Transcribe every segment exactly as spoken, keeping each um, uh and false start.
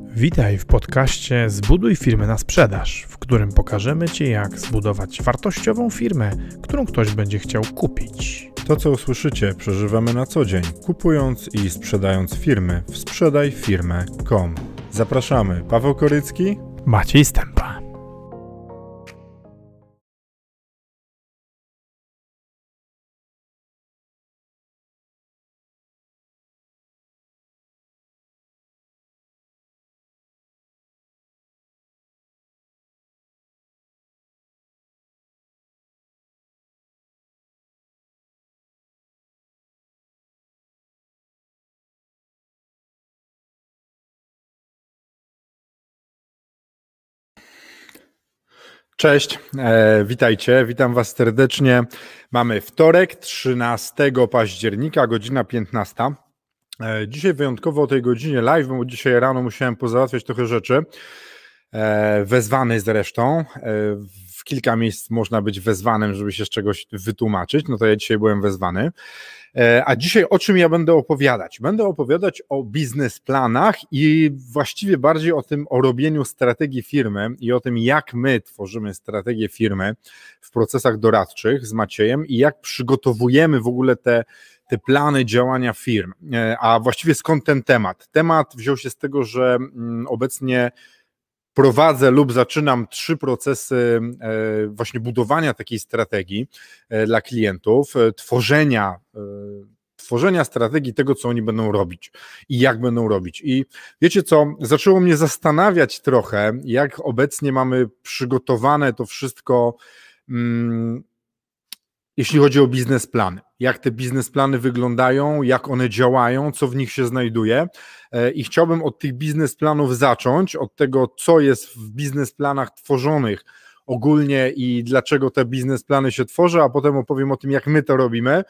Witaj w podcaście Zbuduj firmę na sprzedaż, w którym pokażemy Ci, jak zbudować wartościową firmę, którą ktoś będzie chciał kupić. To, co usłyszycie, przeżywamy na co dzień, kupując i sprzedając firmy w sprzedaj firmę kropka com. Zapraszamy, Paweł Korycki, Maciej Stępa. Cześć, e, witajcie, witam Was serdecznie. Mamy wtorek, trzynastego października, godzina piętnasta. E, dzisiaj wyjątkowo o tej godzinie live, bo dzisiaj rano musiałem pozałatwiać trochę rzeczy. E, wezwany zresztą. E, w kilka miejsc można być wezwanym, żeby się z czegoś wytłumaczyć. No to ja dzisiaj byłem wezwany. A dzisiaj o czym ja będę opowiadać? Będę opowiadać o biznesplanach i właściwie bardziej o tym, o robieniu strategii firmy i o tym, jak my tworzymy strategię firmy w procesach doradczych z Maciejem i jak przygotowujemy w ogóle te, te plany działania firm. A właściwie skąd ten temat? Temat wziął się z tego, że obecnie prowadzę lub zaczynam trzy procesy właśnie budowania takiej strategii dla klientów, tworzenia, tworzenia strategii tego, co oni będą robić i jak będą robić. I wiecie co, zaczęło mnie zastanawiać trochę, jak obecnie mamy przygotowane to wszystko, hmm, jeśli chodzi o biznesplany. Jak te biznesplany wyglądają, jak one działają, co w nich się znajduje. I chciałbym od tych biznesplanów zacząć, od tego, co jest w biznesplanach tworzonych ogólnie i dlaczego te biznesplany się tworzą, a potem opowiem o tym, jak my to robimy.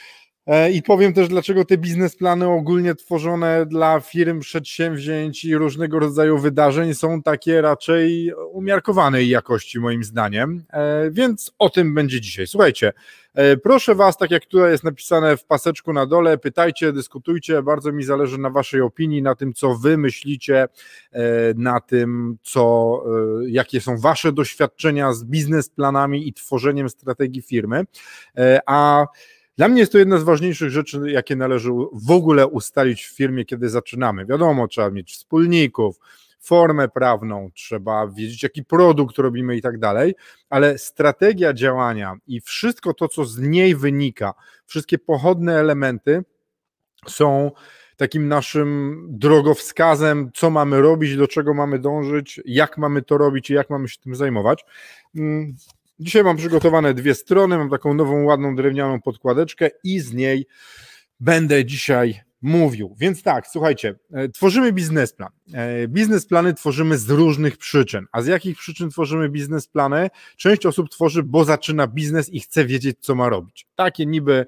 I powiem też, dlaczego te biznesplany ogólnie tworzone dla firm, przedsięwzięć i różnego rodzaju wydarzeń są takie raczej umiarkowanej jakości moim zdaniem, więc o tym będzie dzisiaj. Słuchajcie, proszę Was, tak jak tutaj jest napisane w paseczku na dole, pytajcie, dyskutujcie, bardzo mi zależy na Waszej opinii, na tym, co Wy myślicie, na tym, co, jakie są Wasze doświadczenia z biznesplanami i tworzeniem strategii firmy, a dla mnie jest to jedna z ważniejszych rzeczy, jakie należy w ogóle ustalić w firmie, kiedy zaczynamy. Wiadomo, trzeba mieć wspólników, formę prawną, trzeba wiedzieć, jaki produkt robimy i tak dalej, ale strategia działania i wszystko to, co z niej wynika, wszystkie pochodne elementy są takim naszym drogowskazem, co mamy robić, do czego mamy dążyć, jak mamy to robić i jak mamy się tym zajmować. Dzisiaj mam przygotowane dwie strony, mam taką nową, ładną, drewnianą podkładeczkę i z niej będę dzisiaj mówił. Więc tak, słuchajcie, tworzymy biznesplan. Biznesplany tworzymy z różnych przyczyn. A z jakich przyczyn tworzymy biznesplany? Część osób tworzy, bo zaczyna biznes i chce wiedzieć, co ma robić. Takie niby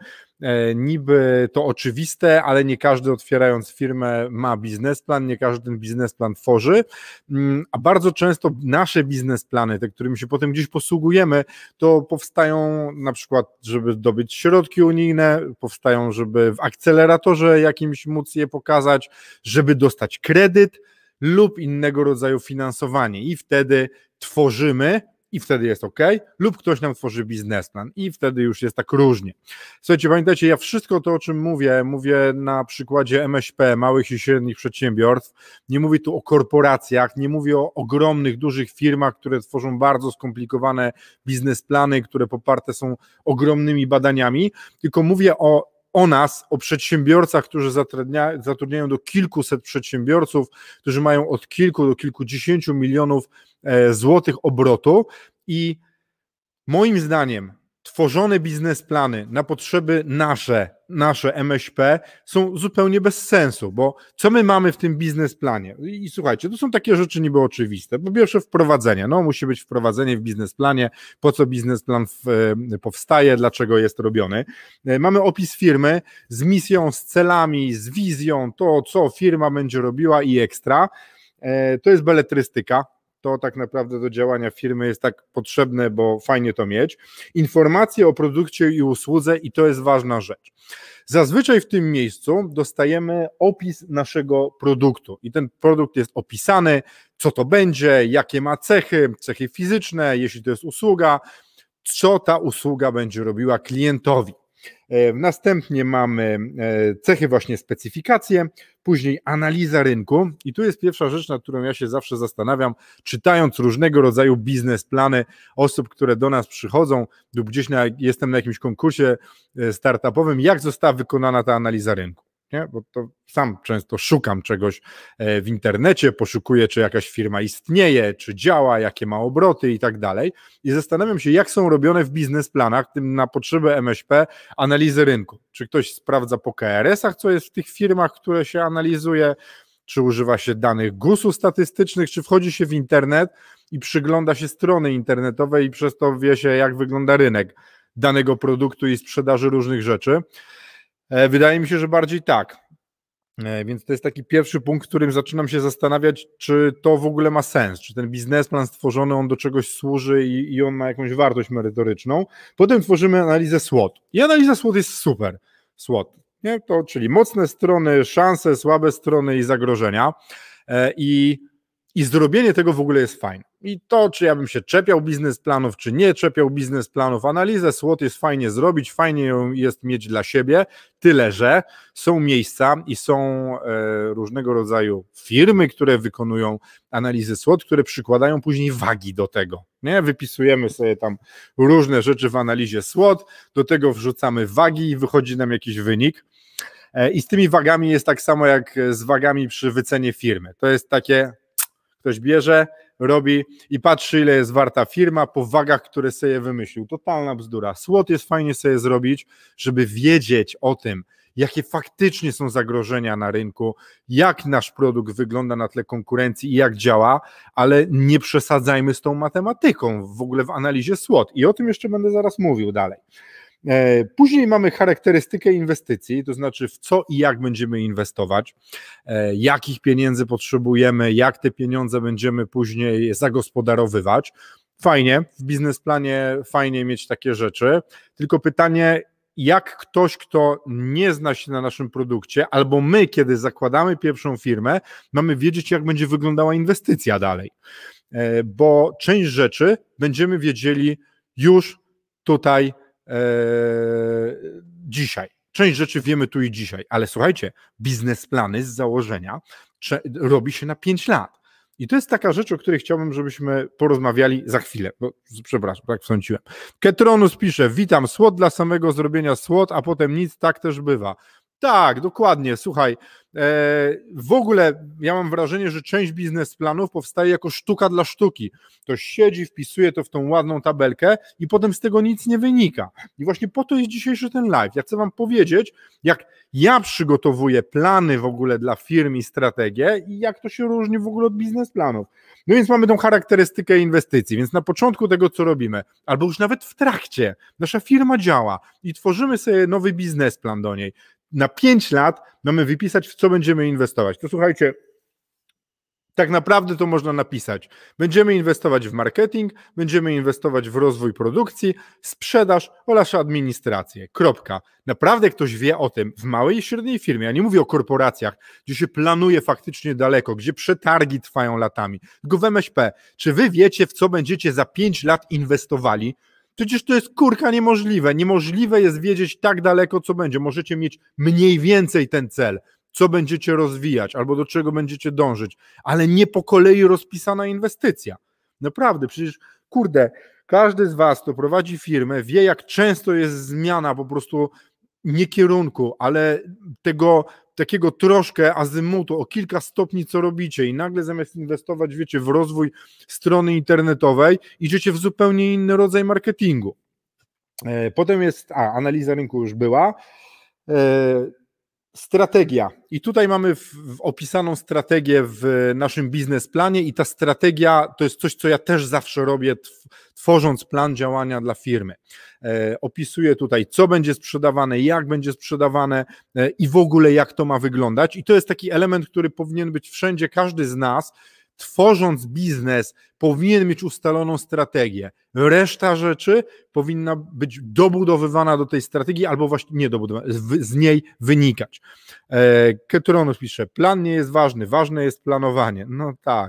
Niby to oczywiste, ale nie każdy, otwierając firmę, ma biznesplan, nie każdy ten biznesplan tworzy, a bardzo często nasze biznesplany, te, którymi się potem gdzieś posługujemy, to powstają na przykład, żeby zdobyć środki unijne, powstają, żeby w akceleratorze jakimś móc je pokazać, żeby dostać kredyt lub innego rodzaju finansowanie i wtedy tworzymy, i wtedy jest ok, lub ktoś nam tworzy biznesplan i wtedy już jest tak różnie. Słuchajcie, pamiętajcie, ja wszystko to, o czym mówię, mówię na przykładzie M S P, małych i średnich przedsiębiorstw, nie mówię tu o korporacjach, nie mówię o ogromnych, dużych firmach, które tworzą bardzo skomplikowane biznesplany, które poparte są ogromnymi badaniami, tylko mówię o o nas, o przedsiębiorcach, którzy zatrudnia, zatrudniają do kilkuset przedsiębiorców, którzy mają od kilku do kilkudziesięciu milionów złotych obrotu i moim zdaniem tworzone biznesplany na potrzeby nasze, nasze M S P są zupełnie bez sensu, bo co my mamy w tym biznesplanie? I słuchajcie, to są takie rzeczy niby oczywiste. Po pierwsze wprowadzenie, no musi być wprowadzenie w biznesplanie, po co biznesplan w, powstaje, dlaczego jest robiony. Mamy opis firmy z misją, z celami, z wizją, to co firma będzie robiła i ekstra. To jest beletrystyka. to tak naprawdę do działania firmy jest tak potrzebne, bo fajnie to mieć. Informacje o produkcie i usłudze i to jest ważna rzecz. Zazwyczaj w tym miejscu dostajemy opis naszego produktu i ten produkt jest opisany, co to będzie, jakie ma cechy, cechy fizyczne, jeśli to jest usługa, co ta usługa będzie robiła klientowi. Następnie mamy cechy, właśnie specyfikacje, później analiza rynku i tu jest pierwsza rzecz, nad którą ja się zawsze zastanawiam, czytając różnego rodzaju biznesplany osób, które do nas przychodzą lub gdzieś na, jestem na jakimś konkursie startupowym, jak została wykonana ta analiza rynku. Nie? Bo to sam często szukam czegoś w internecie, poszukuję, czy jakaś firma istnieje, czy działa, jakie ma obroty i tak dalej. I zastanawiam się, jak są robione w biznesplanach, tym na potrzeby M S P, analizy rynku. Czy ktoś sprawdza po K R S ach, co jest w tych firmach, które się analizuje, czy używa się danych gusu statystycznych, czy wchodzi się w internet i przygląda się strony internetowej i przez to wie się, jak wygląda rynek danego produktu i sprzedaży różnych rzeczy. Wydaje mi się, że bardziej tak, więc to jest taki pierwszy punkt, w którym zaczynam się zastanawiać, czy to w ogóle ma sens, czy ten biznesplan stworzony, on do czegoś służy i, i on ma jakąś wartość merytoryczną. Potem tworzymy analizę SWOT i analiza SWOT jest super, SWOT, nie? To, czyli mocne strony, szanse, słabe strony i zagrożenia i I zrobienie tego w ogóle jest fajne. I to, czy ja bym się czepiał biznesplanów, czy nie czepiał biznesplanów, analizę SWOT jest fajnie zrobić, fajnie ją jest mieć dla siebie, tyle że są miejsca i są e, różnego rodzaju firmy, które wykonują analizy SWOT, które przykładają później wagi do tego. Nie? Wypisujemy sobie tam różne rzeczy w analizie SWOT, do tego wrzucamy wagi i wychodzi nam jakiś wynik. E, I z tymi wagami jest tak samo jak z wagami przy wycenie firmy. To jest takie... Ktoś bierze, robi i patrzy, ile jest warta firma po wagach, które sobie wymyślił. Totalna bzdura. SWOT jest fajnie sobie zrobić, żeby wiedzieć o tym, jakie faktycznie są zagrożenia na rynku, jak nasz produkt wygląda na tle konkurencji i jak działa, ale nie przesadzajmy z tą matematyką w ogóle w analizie SWOT. I o tym jeszcze będę zaraz mówił dalej. Później mamy charakterystykę inwestycji, to znaczy w co i jak będziemy inwestować, jakich pieniędzy potrzebujemy, jak te pieniądze będziemy później zagospodarowywać. Fajnie, w biznesplanie fajnie mieć takie rzeczy, tylko pytanie, jak ktoś, kto nie zna się na naszym produkcie, albo my, kiedy zakładamy pierwszą firmę, mamy wiedzieć, jak będzie wyglądała inwestycja dalej, bo część rzeczy będziemy wiedzieli już tutaj Eee, dzisiaj. Część rzeczy wiemy tu i dzisiaj, ale słuchajcie, biznesplany z założenia cze- robi się na pięć lat. I to jest taka rzecz, o której chciałbym, żebyśmy porozmawiali za chwilę. Bo, przepraszam, tak wsądziłem. Ketronus pisze, witam, SWOT dla samego zrobienia SWOT, a potem nic, tak też bywa. Tak, dokładnie, słuchaj, e, w ogóle ja mam wrażenie, że część biznesplanów powstaje jako sztuka dla sztuki. Ktoś siedzi, wpisuje to w tą ładną tabelkę i potem z tego nic nie wynika. I właśnie po to jest dzisiejszy ten live. Ja chcę wam powiedzieć, jak ja przygotowuję plany w ogóle dla firm i strategie i jak to się różni w ogóle od biznesplanów. No więc mamy tą charakterystykę inwestycji, więc na początku tego, co robimy, albo już nawet w trakcie, nasza firma działa i tworzymy sobie nowy biznesplan do niej. Na pięć lat mamy wypisać, w co będziemy inwestować. To słuchajcie, tak naprawdę to można napisać. Będziemy inwestować w marketing, będziemy inwestować w rozwój produkcji, sprzedaż oraz administrację. Kropka. Naprawdę ktoś wie o tym w małej i średniej firmie. Ja nie mówię o korporacjach, gdzie się planuje faktycznie daleko, gdzie przetargi trwają latami. Tylko w M S P. Czy wy wiecie, w co będziecie za pięć lat inwestowali? Przecież to jest kurka niemożliwe. Niemożliwe jest wiedzieć tak daleko, co będzie. Możecie mieć mniej więcej ten cel, co będziecie rozwijać albo do czego będziecie dążyć, ale nie po kolei rozpisana inwestycja. Naprawdę, przecież kurde, każdy z was, kto prowadzi firmę, wie, jak często jest zmiana po prostu nie kierunku, ale tego takiego troszkę azymutu, o kilka stopni, co robicie i nagle zamiast inwestować, wiecie, w rozwój strony internetowej, idziecie w zupełnie inny rodzaj marketingu. Potem jest, a analiza rynku już była, strategia. I tutaj mamy w, w opisaną strategię w naszym biznesplanie i ta strategia to jest coś, co ja też zawsze robię, tworząc plan działania dla firmy. E, opisuję tutaj, co będzie sprzedawane, jak będzie sprzedawane e, i w ogóle jak to ma wyglądać. I to jest taki element, który powinien być wszędzie, każdy z nas tworząc biznes, powinien mieć ustaloną strategię. Reszta rzeczy powinna być dobudowywana do tej strategii albo właśnie nie dobudowywana, z niej wynikać. Ketronus pisze, plan nie jest ważny, ważne jest planowanie. No tak.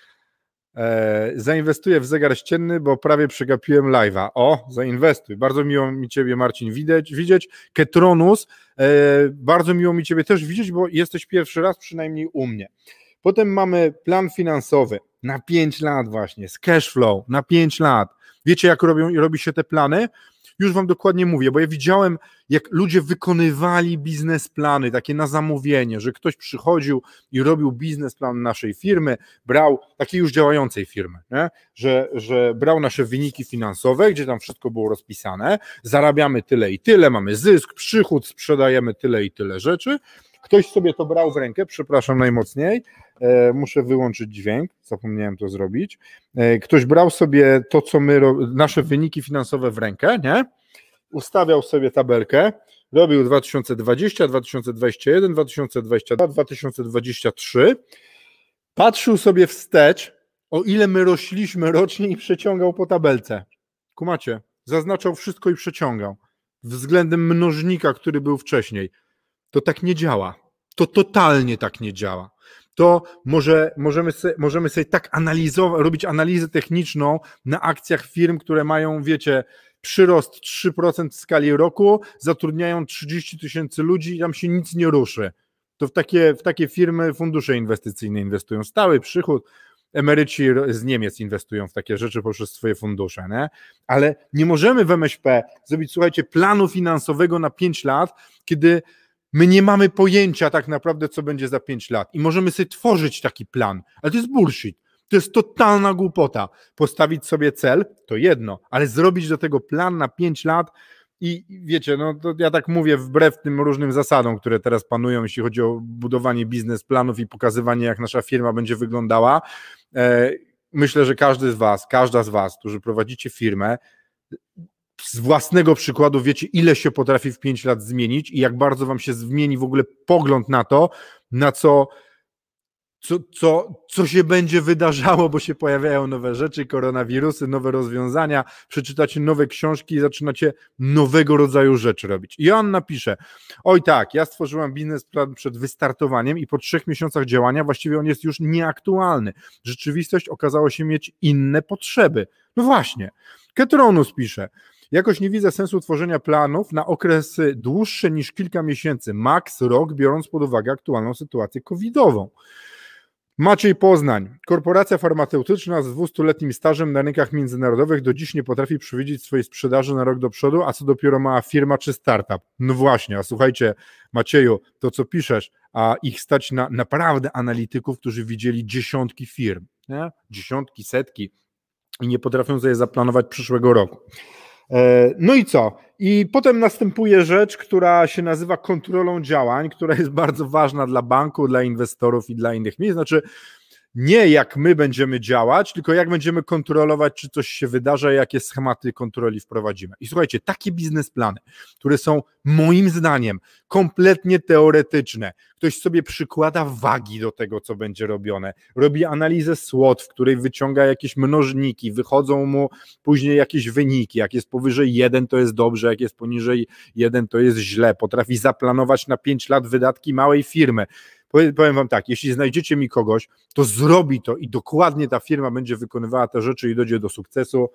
Zainwestuję w zegar ścienny, bo prawie przegapiłem live'a. O, zainwestuj. Bardzo miło mi Ciebie, Marcin, widać, widzieć. Ketronus, bardzo miło mi Ciebie też widzieć, bo jesteś pierwszy raz przynajmniej u mnie. Potem mamy plan finansowy na pięć lat właśnie, z cash flow na pięć lat. Wiecie, jak robią, robi się te plany? Już Wam dokładnie mówię, bo ja widziałem, jak ludzie wykonywali biznesplany, takie na zamówienie, że ktoś przychodził i robił biznesplan naszej firmy, brał, takiej już działającej firmy, nie? Że, że brał nasze wyniki finansowe, gdzie tam wszystko było rozpisane, zarabiamy tyle i tyle, mamy zysk, przychód, sprzedajemy tyle i tyle rzeczy. Ktoś sobie to brał w rękę, przepraszam najmocniej, e, muszę wyłączyć dźwięk, zapomniałem to zrobić. E, ktoś brał sobie to, co my, nasze wyniki finansowe w rękę, nie? Ustawiał sobie tabelkę, robił dwa tysiące dwudziesty, dwa tysiące dwudziesty pierwszy, dwa tysiące dwudziesty drugi, dwa tysiące dwudziesty trzeci, patrzył sobie wstecz, o ile my rośliśmy rocznie i przeciągał po tabelce. Kumacie, zaznaczał wszystko i przeciągał względem mnożnika, który był wcześniej. To tak nie działa. To totalnie tak nie działa. To może, możemy, sobie, możemy sobie tak analizować, robić analizę techniczną na akcjach firm, które mają, wiecie, przyrost trzy procent w skali roku, zatrudniają trzydzieści tysięcy ludzi i tam się nic nie ruszy. To w takie, w takie firmy fundusze inwestycyjne inwestują. Stały przychód, emeryci z Niemiec inwestują w takie rzeczy poprzez swoje fundusze, nie? Ale nie możemy w M S P zrobić, słuchajcie, planu finansowego na pięć lat, kiedy my nie mamy pojęcia tak naprawdę, co będzie za pięć lat i możemy sobie tworzyć taki plan, ale to jest bullshit, to jest totalna głupota. Postawić sobie cel, to jedno, ale zrobić do tego plan na pięć lat i wiecie, no to ja tak mówię wbrew tym różnym zasadom, które teraz panują, jeśli chodzi o budowanie biznesplanów i pokazywanie, jak nasza firma będzie wyglądała. Myślę, że każdy z was, każda z was, którzy prowadzicie firmę, z własnego przykładu wiecie, ile się potrafi w pięć lat zmienić i jak bardzo wam się zmieni w ogóle pogląd na to, na co, co, co, co się będzie wydarzało, bo się pojawiają nowe rzeczy, koronawirusy, nowe rozwiązania, przeczytacie nowe książki i zaczynacie nowego rodzaju rzeczy robić. I Joanna pisze, oj tak, ja stworzyłam biznesplan przed wystartowaniem i po trzech miesiącach działania właściwie on jest już nieaktualny. Rzeczywistość okazała się mieć inne potrzeby. No właśnie. Ketronus pisze, jakoś nie widzę sensu tworzenia planów na okresy dłuższe niż kilka miesięcy, maks rok, biorąc pod uwagę aktualną sytuację covidową. Maciej Poznań, korporacja farmaceutyczna z dwustuletnim stażem na rynkach międzynarodowych do dziś nie potrafi przewidzieć swojej sprzedaży na rok do przodu, a co dopiero mała firma czy startup. No właśnie, a słuchajcie Macieju, to co piszesz, a ich stać na naprawdę analityków, którzy widzieli dziesiątki firm, nie? Dziesiątki, setki i nie potrafią sobie zaplanować przyszłego roku. No i co? I potem następuje rzecz, która się nazywa kontrolą działań, która jest bardzo ważna dla banku, dla inwestorów i dla innych miejsc. Znaczy nie jak my będziemy działać, tylko jak będziemy kontrolować, czy coś się wydarza, jakie schematy kontroli wprowadzimy. I słuchajcie, takie biznesplany, które są moim zdaniem kompletnie teoretyczne, ktoś sobie przykłada wagi do tego, co będzie robione, robi analizę SWOT, w której wyciąga jakieś mnożniki, wychodzą mu później jakieś wyniki, jak jest powyżej jeden, to jest dobrze, jak jest poniżej jeden, to jest źle, potrafi zaplanować na pięć lat wydatki małej firmy. Powiem wam tak, jeśli znajdziecie mi kogoś, to zrobi to i dokładnie ta firma będzie wykonywała te rzeczy i dojdzie do sukcesu.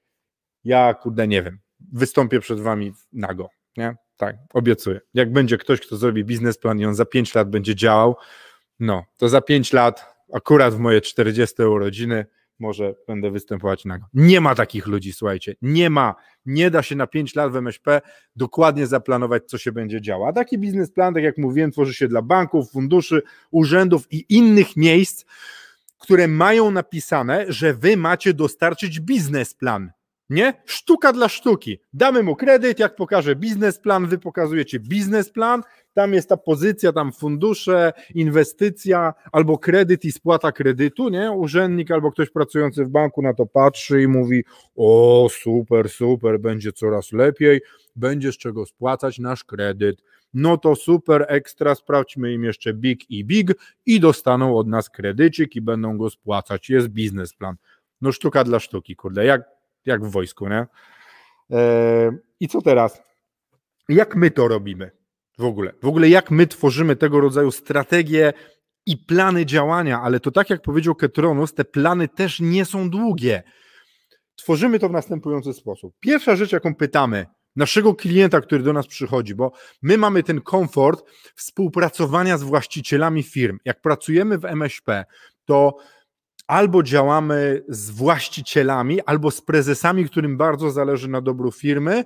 Ja, kurde, nie wiem, wystąpię przed wami nago, nie? Tak, obiecuję. Jak będzie ktoś, kto zrobi biznesplan i on za pięć lat będzie działał, no, to za pięć lat, akurat w moje czterdzieste urodziny, może będę występować nago. Nie ma takich ludzi, słuchajcie, nie ma, nie da się na pięć lat w M S P dokładnie zaplanować, co się będzie działo. A taki biznesplan, tak jak mówiłem, tworzy się dla banków, funduszy, urzędów i innych miejsc, które mają napisane, że wy macie dostarczyć biznesplan. Nie? Sztuka dla sztuki. Damy mu kredyt, jak pokaże biznesplan, wy pokazujecie biznesplan, tam jest ta pozycja, tam fundusze, inwestycja, albo kredyt i spłata kredytu, nie? Urzędnik albo ktoś pracujący w banku na to patrzy i mówi, o super, super, będzie coraz lepiej, będzie z czego spłacać nasz kredyt. no to super, ekstra, sprawdźmy im jeszcze big i big i dostaną od nas kredycik i będą go spłacać, jest biznesplan. No sztuka dla sztuki, kurde, jak, jak w wojsku, nie? Eee, I co teraz? Jak my to robimy w ogóle? W ogóle jak my tworzymy tego rodzaju strategie i plany działania, ale to tak jak powiedział Ketronus, te plany też nie są długie. Tworzymy to w następujący sposób. Pierwsza rzecz, jaką pytamy naszego klienta, który do nas przychodzi, bo my mamy ten komfort współpracowania z właścicielami firm. Jak pracujemy w M S P, to albo działamy z właścicielami, albo z prezesami, którym bardzo zależy na dobru firmy,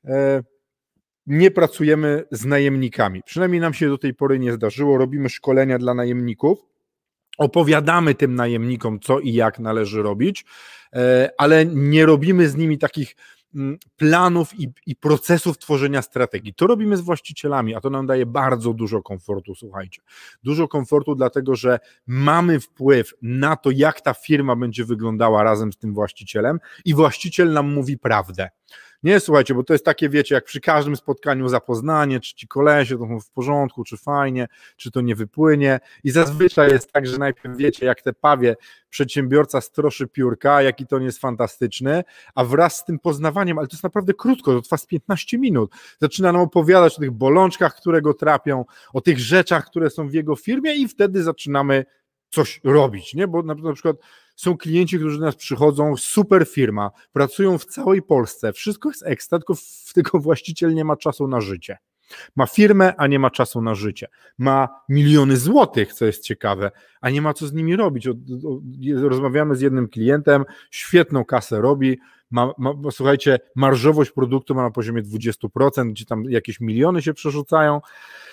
nie pracujemy z najemnikami. Przynajmniej nam się do tej pory nie zdarzyło. Robimy szkolenia dla najemników, opowiadamy tym najemnikom, co i jak należy robić, ale nie robimy z nimi takich planów i, i procesów tworzenia strategii. To robimy z właścicielami, a to nam daje bardzo dużo komfortu, słuchajcie. Dużo komfortu, dlatego że mamy wpływ na to, jak ta firma będzie wyglądała razem z tym właścicielem i właściciel nam mówi prawdę. Nie, słuchajcie, bo to jest takie, wiecie, jak przy każdym spotkaniu zapoznanie, czy ci kolesie to są w porządku, czy fajnie, czy to nie wypłynie i zazwyczaj jest tak, że najpierw wiecie, jak te pawie przedsiębiorca stroszy piórka, jaki to nie jest fantastyczny, a wraz z tym poznawaniem, ale to jest naprawdę krótko, to trwa z piętnaście minut, zaczyna nam opowiadać o tych bolączkach, które go trapią, o tych rzeczach, które są w jego firmie i wtedy zaczynamy coś robić, nie? Bo na, na przykład są klienci, którzy do nas przychodzą, super firma, pracują w całej Polsce, wszystko jest ekstra, tylko, tylko właściciel nie ma czasu na życie. Ma firmę, a nie ma czasu na życie. Ma miliony złotych, co jest ciekawe, a nie ma co z nimi robić. O, o, rozmawiamy z jednym klientem, świetną kasę robi, ma, ma, słuchajcie, marżowość produktu ma na poziomie dwadzieścia procent, gdzie tam jakieś miliony się przerzucają.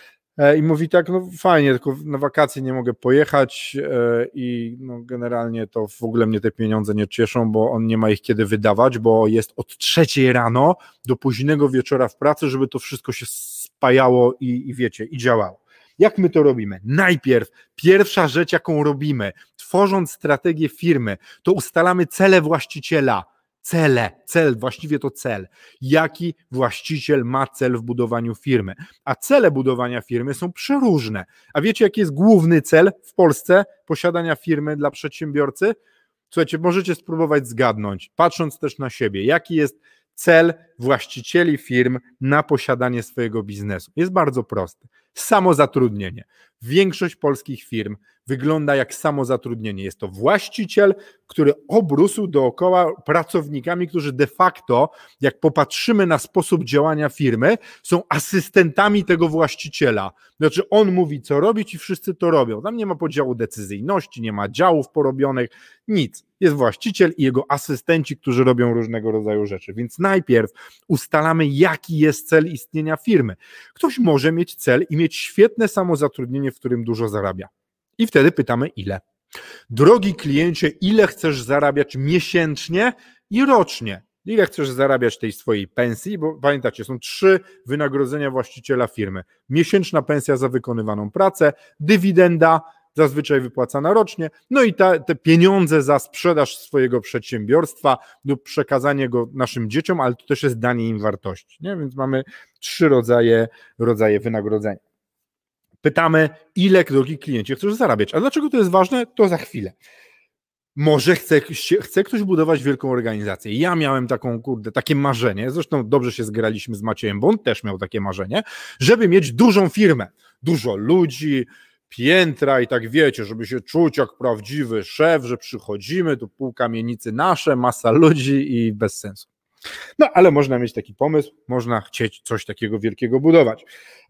I mówi tak, no fajnie, tylko na wakacje nie mogę pojechać i no generalnie to w ogóle mnie te pieniądze nie cieszą, bo on nie ma ich kiedy wydawać, bo jest od trzeciej rano do późnego wieczora w pracy, żeby to wszystko się spajało i, i wiecie, i działało. Jak my to robimy? Najpierw, pierwsza rzecz, jaką robimy, tworząc strategię firmy, to ustalamy cele właściciela. Cele, cel, właściwie to cel. Jaki właściciel ma cel w budowaniu firmy? A cele budowania firmy są przeróżne. A wiecie, jaki jest główny cel w Polsce posiadania firmy dla przedsiębiorcy? Słuchajcie, możecie spróbować zgadnąć, patrząc też na siebie, jaki jest cel właścicieli firm na posiadanie swojego biznesu. Jest bardzo prosty. Samozatrudnienie. Większość polskich firm wygląda jak samozatrudnienie. Jest to właściciel, który obrósł dookoła pracownikami, którzy de facto, jak popatrzymy na sposób działania firmy, są asystentami tego właściciela. Znaczy on mówi, co robić i wszyscy to robią. Tam nie ma podziału decyzyjności, nie ma działów porobionych, nic. Jest właściciel i jego asystenci, którzy robią różnego rodzaju rzeczy. Więc najpierw ustalamy, jaki jest cel istnienia firmy. Ktoś może mieć cel i mieć świetne samozatrudnienie, w którym dużo zarabia. I wtedy pytamy, ile? Drogi kliencie, ile chcesz zarabiać miesięcznie i rocznie? Ile chcesz zarabiać tej swojej pensji? Bo pamiętacie, są trzy wynagrodzenia właściciela firmy. Miesięczna pensja za wykonywaną pracę, dywidenda, zazwyczaj wypłacana rocznie, no i ta, te pieniądze za sprzedaż swojego przedsiębiorstwa lub przekazanie go naszym dzieciom, ale to też jest danie im wartości, nie? Więc mamy trzy rodzaje, rodzaje wynagrodzenia. Pytamy, ile, drogi kliencie, chcesz zarabiać. A dlaczego to jest ważne? To za chwilę. Może chce, chce ktoś budować wielką organizację. Ja miałem taką, kurde, takie marzenie, zresztą dobrze się zgraliśmy z Maciejem, bo on też miał takie marzenie, żeby mieć dużą firmę, dużo ludzi, piętra i tak wiecie, żeby się czuć jak prawdziwy szef, że przychodzimy, tu pół kamienicy nasze, masa ludzi i bez sensu. No, ale można mieć taki pomysł, można chcieć coś takiego wielkiego budować.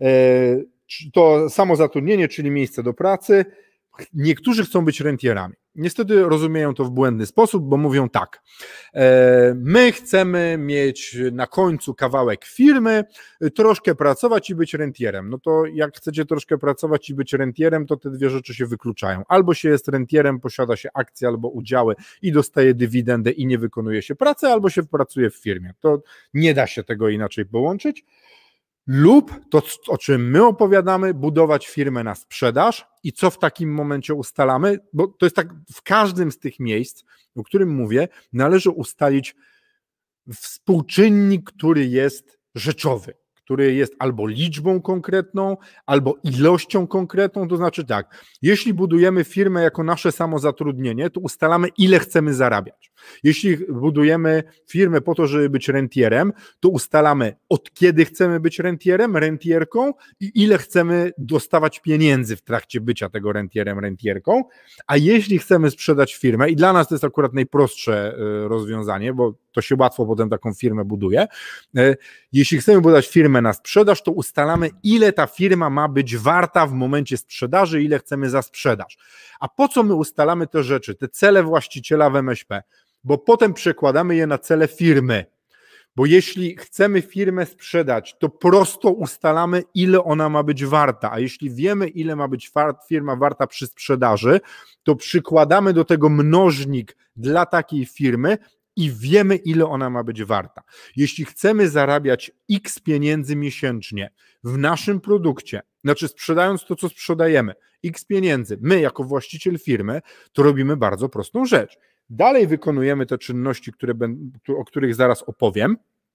To samozatrudnienie, czyli miejsce do pracy. Niektórzy chcą być rentierami. Niestety rozumieją to w błędny sposób, bo mówią tak, my chcemy mieć na końcu kawałek firmy, troszkę pracować i być rentierem. No to jak chcecie troszkę pracować i być rentierem, to te dwie rzeczy się wykluczają. Albo się jest rentierem, posiada się akcje albo udziały i dostaje dywidendę i nie wykonuje się pracy, albo się pracuje w firmie. To nie da się tego inaczej połączyć. Lub to, o czym my opowiadamy, budować firmę na sprzedaż i co w takim momencie ustalamy, bo to jest tak w każdym z tych miejsc, o którym mówię, należy ustalić współczynnik, który jest rzeczowy, który jest albo liczbą konkretną, albo ilością konkretną, to znaczy tak, jeśli budujemy firmę jako nasze samozatrudnienie, to ustalamy, ile chcemy zarabiać. Jeśli budujemy firmę po to, żeby być rentierem, to ustalamy, od kiedy chcemy być rentierem, rentierką i ile chcemy dostawać pieniędzy w trakcie bycia tego rentierem, rentierką, a jeśli chcemy sprzedać firmę, i dla nas to jest akurat najprostsze rozwiązanie, bo to się łatwo potem taką firmę buduje, jeśli chcemy budować firmę na sprzedaż, to ustalamy, ile ta firma ma być warta w momencie sprzedaży, ile chcemy za sprzedaż. A po co my ustalamy te rzeczy, te cele właściciela w M S P? Bo potem przekładamy je na cele firmy. Bo jeśli chcemy firmę sprzedać, to prosto ustalamy, ile ona ma być warta, a jeśli wiemy, ile ma być firma warta przy sprzedaży, to przykładamy do tego mnożnik dla takiej firmy i wiemy, ile ona ma być warta. Jeśli chcemy zarabiać X pieniędzy miesięcznie w naszym produkcie, znaczy sprzedając to, co sprzedajemy, X pieniędzy, my jako właściciel firmy, to robimy bardzo prostą rzecz. Dalej wykonujemy te czynności, które, o których zaraz opowiem.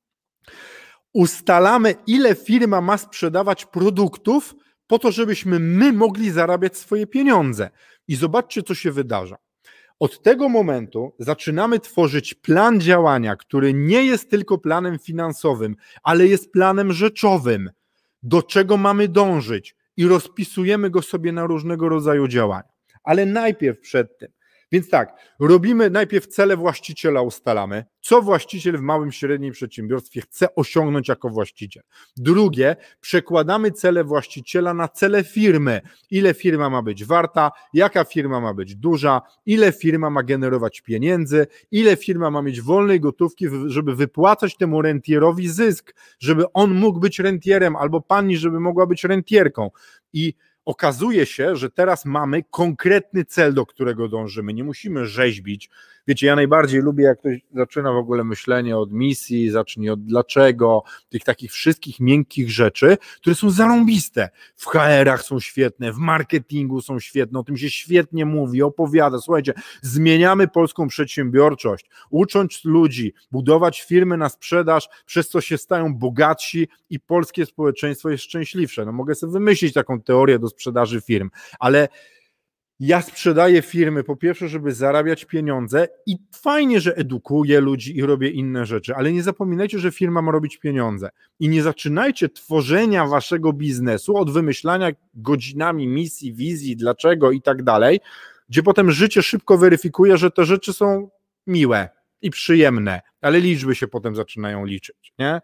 Ustalamy, ile firma ma sprzedawać produktów po to, żebyśmy my mogli zarabiać swoje pieniądze. I zobaczcie, co się wydarza. Od tego momentu zaczynamy tworzyć plan działania, który nie jest tylko planem finansowym, ale jest planem rzeczowym, do czego mamy dążyć i rozpisujemy go sobie na różnego rodzaju działania. Ale najpierw przed tym, więc tak, robimy najpierw cele właściciela, ustalamy, co właściciel w małym, średnim przedsiębiorstwie chce osiągnąć jako właściciel. Drugie, przekładamy cele właściciela na cele firmy. Ile firma ma być warta, jaka firma ma być duża, ile firma ma generować pieniędzy, ile firma ma mieć wolnej gotówki, żeby wypłacać temu rentierowi zysk, żeby on mógł być rentierem, albo pani, żeby mogła być rentierką. I okazuje się, że teraz mamy konkretny cel, do którego dążymy. Nie musimy rzeźbić. Wiecie, ja najbardziej lubię, jak ktoś zaczyna w ogóle myślenie od misji, zacznie od dlaczego, tych takich wszystkich miękkich rzeczy, które są zarąbiste. W H R-ach są świetne, w marketingu są świetne, o tym się świetnie mówi, opowiada. Słuchajcie, zmieniamy polską przedsiębiorczość, ucząc ludzi, budować firmy na sprzedaż, przez co się stają bogatsi i polskie społeczeństwo jest szczęśliwsze. No mogę sobie wymyślić taką teorię do sprzedaży firm, ale ja sprzedaję firmy po pierwsze, żeby zarabiać pieniądze i fajnie, że edukuję ludzi i robię inne rzeczy, ale nie zapominajcie, że firma ma robić pieniądze i nie zaczynajcie tworzenia waszego biznesu od wymyślania godzinami misji, wizji, dlaczego i tak dalej, gdzie potem życie szybko weryfikuje, że te rzeczy są miłe i przyjemne, ale liczby się potem zaczynają liczyć, nie?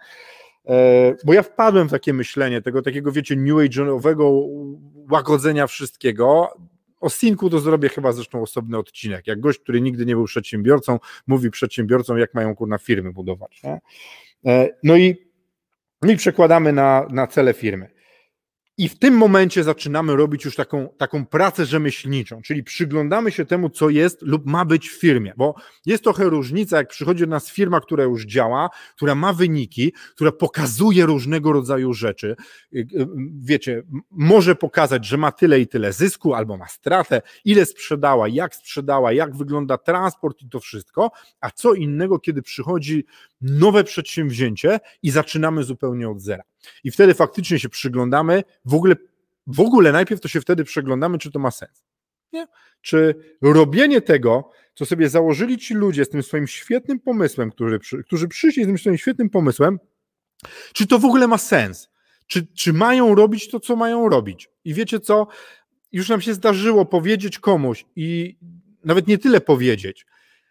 Bo ja wpadłem w takie myślenie, tego takiego, wiecie, new age'owego łagodzenia wszystkiego. O synku to zrobię chyba zresztą osobny odcinek, jak gość, który nigdy nie był przedsiębiorcą, mówi przedsiębiorcom, jak mają kurna firmy budować. Nie? No i, no i przekładamy na, na cele firmy. I w tym momencie zaczynamy robić już taką, taką pracę rzemieślniczą, czyli przyglądamy się temu, co jest lub ma być w firmie, bo jest trochę różnica, jak przychodzi do nas firma, która już działa, która ma wyniki, która pokazuje różnego rodzaju rzeczy, wiecie, może pokazać, że ma tyle i tyle zysku, albo ma stratę, ile sprzedała, jak sprzedała, jak wygląda transport i to wszystko, a co innego, kiedy przychodzi nowe przedsięwzięcie i zaczynamy zupełnie od zera. I wtedy faktycznie się przyglądamy, w ogóle, w ogóle najpierw to się wtedy przyglądamy, czy to ma sens. Nie? Czy robienie tego, co sobie założyli ci ludzie z tym swoim świetnym pomysłem, którzy, którzy przyszli z tym swoim świetnym pomysłem, czy to w ogóle ma sens? Czy, czy mają robić to, co mają robić? I wiecie co? Już nam się zdarzyło powiedzieć komuś i nawet nie tyle powiedzieć,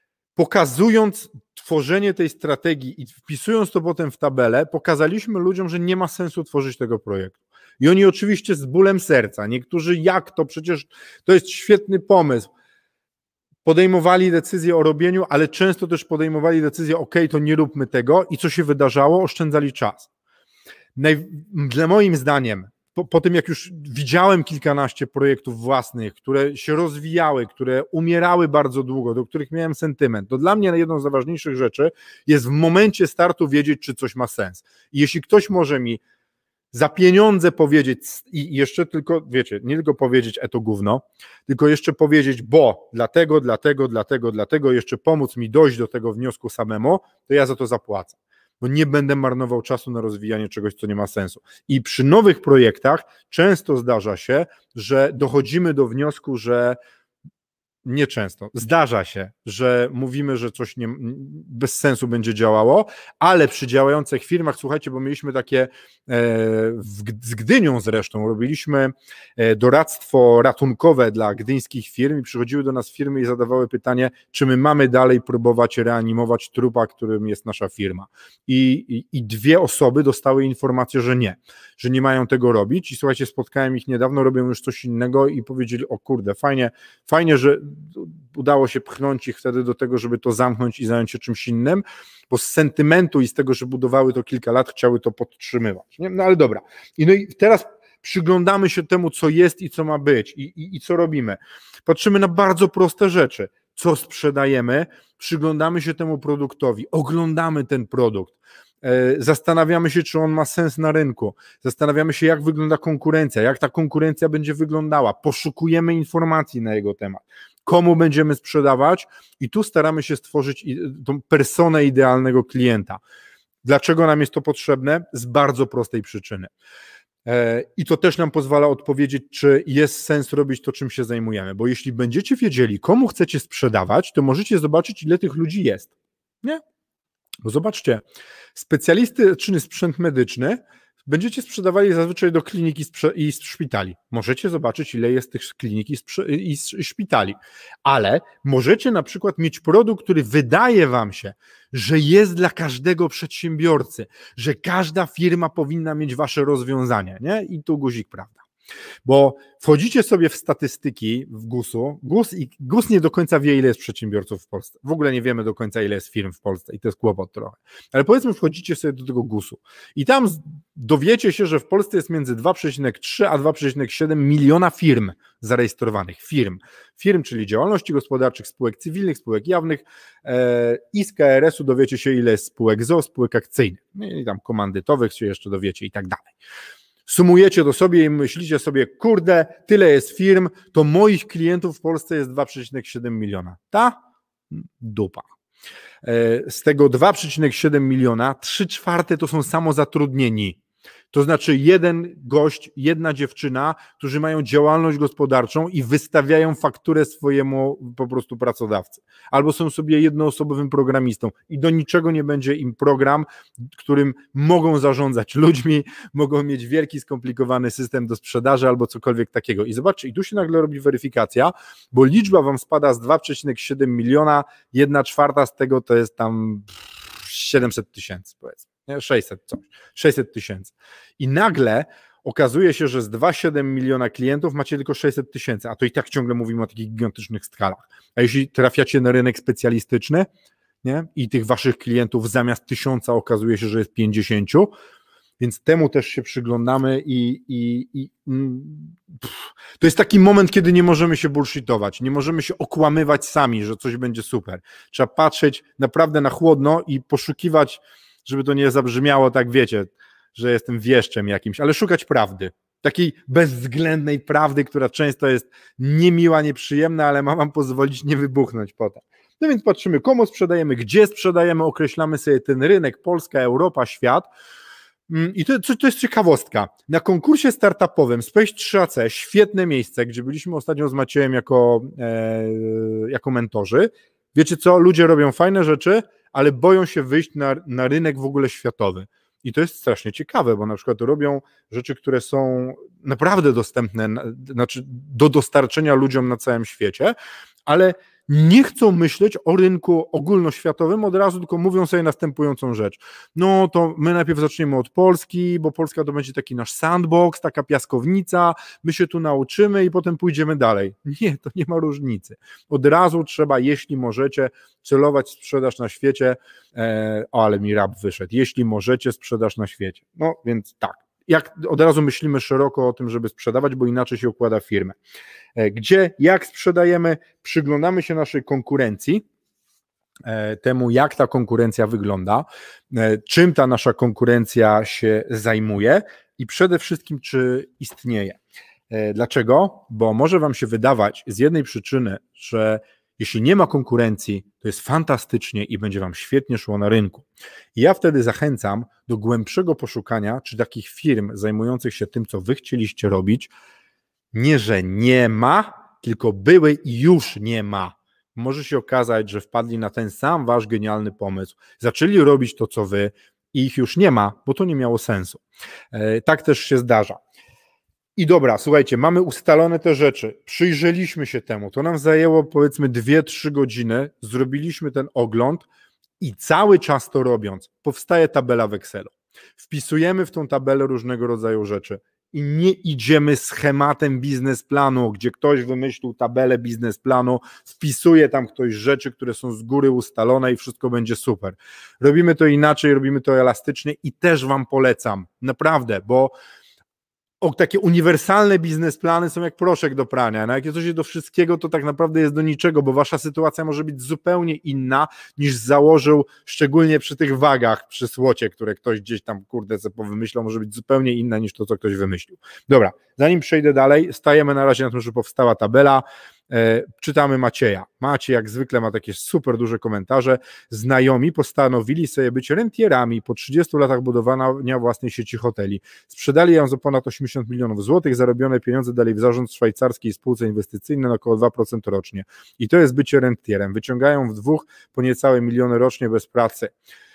pokazując tworzenie tej strategii i wpisując to potem w tabelę, pokazaliśmy ludziom, że nie ma sensu tworzyć tego projektu. I oni oczywiście z bólem serca, niektórzy jak to, przecież to jest świetny pomysł, podejmowali decyzję o robieniu, ale często też podejmowali decyzję, ok, to nie róbmy tego i co się wydarzało? Oszczędzali czas. Naj, dla moim zdaniem, po, po tym jak już widziałem kilkanaście projektów własnych, które się rozwijały, które umierały bardzo długo, do których miałem sentyment, to dla mnie jedną z najważniejszych rzeczy jest w momencie startu wiedzieć, czy coś ma sens. I jeśli ktoś może mi za pieniądze powiedzieć i jeszcze tylko, wiecie, nie tylko powiedzieć e to gówno, tylko jeszcze powiedzieć, bo dlatego, dlatego, dlatego, dlatego, jeszcze pomóc mi dojść do tego wniosku samemu, to ja za to zapłacę. bo nie będę marnował czasu na rozwijanie czegoś, co nie ma sensu. I przy nowych projektach często zdarza się, że dochodzimy do wniosku, że nieczęsto. Zdarza się, że mówimy, że coś nie, bez sensu będzie działało, ale przy działających firmach, słuchajcie, bo mieliśmy takie e, w, z Gdynią zresztą, robiliśmy e, doradztwo ratunkowe dla gdyńskich firm i przychodziły do nas firmy i zadawały pytanie, czy my mamy dalej próbować reanimować trupa, którym jest nasza firma. I, i, i dwie osoby dostały informację, że nie, że nie mają tego robić i słuchajcie, spotkałem ich niedawno, robią już coś innego i powiedzieli, o kurde, fajnie, fajnie, że udało się pchnąć ich wtedy do tego, żeby to zamknąć i zająć się czymś innym, bo z sentymentu i z tego, że budowały to kilka lat, chciały to podtrzymywać. Nie? No ale dobra. I, no i teraz przyglądamy się temu, co jest i co ma być i, i, i co robimy. Patrzymy na bardzo proste rzeczy. Co sprzedajemy, przyglądamy się temu produktowi, oglądamy ten produkt, zastanawiamy się, czy on ma sens na rynku, zastanawiamy się, jak wygląda konkurencja, jak ta konkurencja będzie wyglądała, poszukujemy informacji na jego temat, komu będziemy sprzedawać i tu staramy się stworzyć tą personę idealnego klienta. Dlaczego nam jest to potrzebne? Z bardzo prostej przyczyny. I to też nam pozwala odpowiedzieć, czy jest sens robić to, czym się zajmujemy, bo jeśli będziecie wiedzieli, komu chcecie sprzedawać, to możecie zobaczyć, ile tych ludzi jest. Nie? Bo zobaczcie, specjalisty czy sprzęt medyczny będziecie sprzedawali zazwyczaj do kliniki i szpitali. Możecie zobaczyć, ile jest tych klinik i szpitali, ale możecie na przykład mieć produkt, który wydaje wam się, że jest dla każdego przedsiębiorcy, że każda firma powinna mieć wasze rozwiązanie, nie? I tu guzik, prawda? Bo wchodzicie sobie w statystyki w gusu, GUS, i GUS nie do końca wie, ile jest przedsiębiorców w Polsce. W ogóle nie wiemy do końca, ile jest firm w Polsce i to jest kłopot trochę. Ale powiedzmy, wchodzicie sobie do tego gusu i tam dowiecie się, że w Polsce jest między dwa przecinek trzy a dwa przecinek siedem miliona firm zarejestrowanych. Firm. Firm, czyli działalności gospodarczych, spółek cywilnych, spółek jawnych e, i z K R S u dowiecie się, ile jest spółek z o o, spółek akcyjnych. I tam komandytowych się jeszcze dowiecie i tak dalej. Sumujecie to sobie i myślicie sobie, kurde, tyle jest firm, to moich klientów w Polsce jest dwa przecinek siedem miliona. Ta? Dupa. Z tego dwa przecinek siedem miliona, trzy czwarte to są samozatrudnieni. To znaczy jeden gość, jedna dziewczyna, którzy mają działalność gospodarczą i wystawiają fakturę swojemu po prostu pracodawcy. Albo są sobie jednoosobowym programistą i do niczego nie będzie im program, którym mogą zarządzać ludźmi, mogą mieć wielki, skomplikowany system do sprzedaży albo cokolwiek takiego. I zobaczcie, i tu się nagle robi weryfikacja, bo liczba wam spada z dwa przecinek siedem miliona, jedna czwarta z tego to jest tam siedemset tysięcy, powiedzmy. sześćset coś, sześćset tysięcy. I nagle okazuje się, że z dwa przecinek siedem miliona klientów macie tylko sześćset tysięcy, a to i tak ciągle mówimy o takich gigantycznych skalach. A jeśli trafiacie na rynek specjalistyczny, nie, i tych waszych klientów zamiast tysiąca okazuje się, że jest pięćdziesięciu, więc temu też się przyglądamy i, i, i pff, to jest taki moment, kiedy nie możemy się bullshitować, nie możemy się okłamywać sami, że coś będzie super. Trzeba patrzeć naprawdę na chłodno i poszukiwać, żeby to nie zabrzmiało tak, wiecie, że jestem wieszczem jakimś, ale szukać prawdy. Takiej bezwzględnej prawdy, która często jest niemiła, nieprzyjemna, ale ma wam pozwolić nie wybuchnąć potem. No więc patrzymy, komu sprzedajemy, gdzie sprzedajemy, określamy sobie ten rynek, Polska, Europa, świat. I to, to jest ciekawostka. Na konkursie startupowym Space trzy A C, świetne miejsce, gdzie byliśmy ostatnio z Maciejem jako, e, jako mentorzy. Wiecie co, ludzie robią fajne rzeczy, ale boją się wyjść na, na rynek w ogóle światowy. I to jest strasznie ciekawe, bo na przykład robią rzeczy, które są naprawdę dostępne, znaczy do dostarczenia ludziom na całym świecie, ale nie chcą myśleć o rynku ogólnoświatowym od razu, tylko mówią sobie następującą rzecz. No to my najpierw zaczniemy od Polski, bo Polska to będzie taki nasz sandbox, taka piaskownica, my się tu nauczymy i potem pójdziemy dalej. Nie, to nie ma różnicy. Od razu trzeba, jeśli możecie, celować sprzedaż na świecie, e, o, ale mi rap wyszedł, jeśli możecie, sprzedaż na świecie. No więc tak. Jak od razu myślimy szeroko o tym, żeby sprzedawać, bo inaczej się układa firmę. Gdzie, jak sprzedajemy, przyglądamy się naszej konkurencji, temu jak ta konkurencja wygląda, czym ta nasza konkurencja się zajmuje i przede wszystkim czy istnieje. Dlaczego? Bo może wam się wydawać z jednej przyczyny, że Jeśli nie ma konkurencji, to jest fantastycznie i będzie Wam świetnie szło na rynku. I ja wtedy zachęcam do głębszego poszukania, czy takich firm zajmujących się tym, co Wy chcieliście robić, nie, że nie ma, tylko były i już nie ma. Może się okazać, że wpadli na ten sam Wasz genialny pomysł, zaczęli robić to, co Wy i ich już nie ma, bo to nie miało sensu. E, tak też się zdarza. I dobra, słuchajcie, mamy ustalone te rzeczy, przyjrzeliśmy się temu, to nam zajęło powiedzmy dwie trzy godziny, zrobiliśmy ten ogląd i cały czas to robiąc, powstaje tabela w Excelu. Wpisujemy w tą tabelę różnego rodzaju rzeczy i nie idziemy schematem biznesplanu, gdzie ktoś wymyślił tabelę biznesplanu, wpisuje tam ktoś rzeczy, które są z góry ustalone i wszystko będzie super. Robimy to inaczej, robimy to elastycznie i też Wam polecam, naprawdę, bo O, takie uniwersalne biznesplany są jak proszek do prania. No jak coś jest do wszystkiego, to tak naprawdę jest do niczego, bo wasza sytuacja może być zupełnie inna niż założył, szczególnie przy tych wagach, przy słocie, które ktoś gdzieś tam, kurde, sobie powymyślał, może być zupełnie inna niż to, co ktoś wymyślił. Dobra, zanim przejdę dalej, stajemy na razie na tym, że powstała tabela. E, czytamy Macieja. Maciej jak zwykle ma takie super duże komentarze. Znajomi postanowili sobie być rentierami po trzydziestu latach budowania własnej sieci hoteli. Sprzedali ją za ponad osiemdziesiąt milionów złotych, zarobione pieniądze dali w zarząd szwajcarskiej spółce inwestycyjnej na około dwa procent rocznie. I to jest bycie rentierem. Wyciągają w dwóch po niecałe miliony rocznie bez pracy.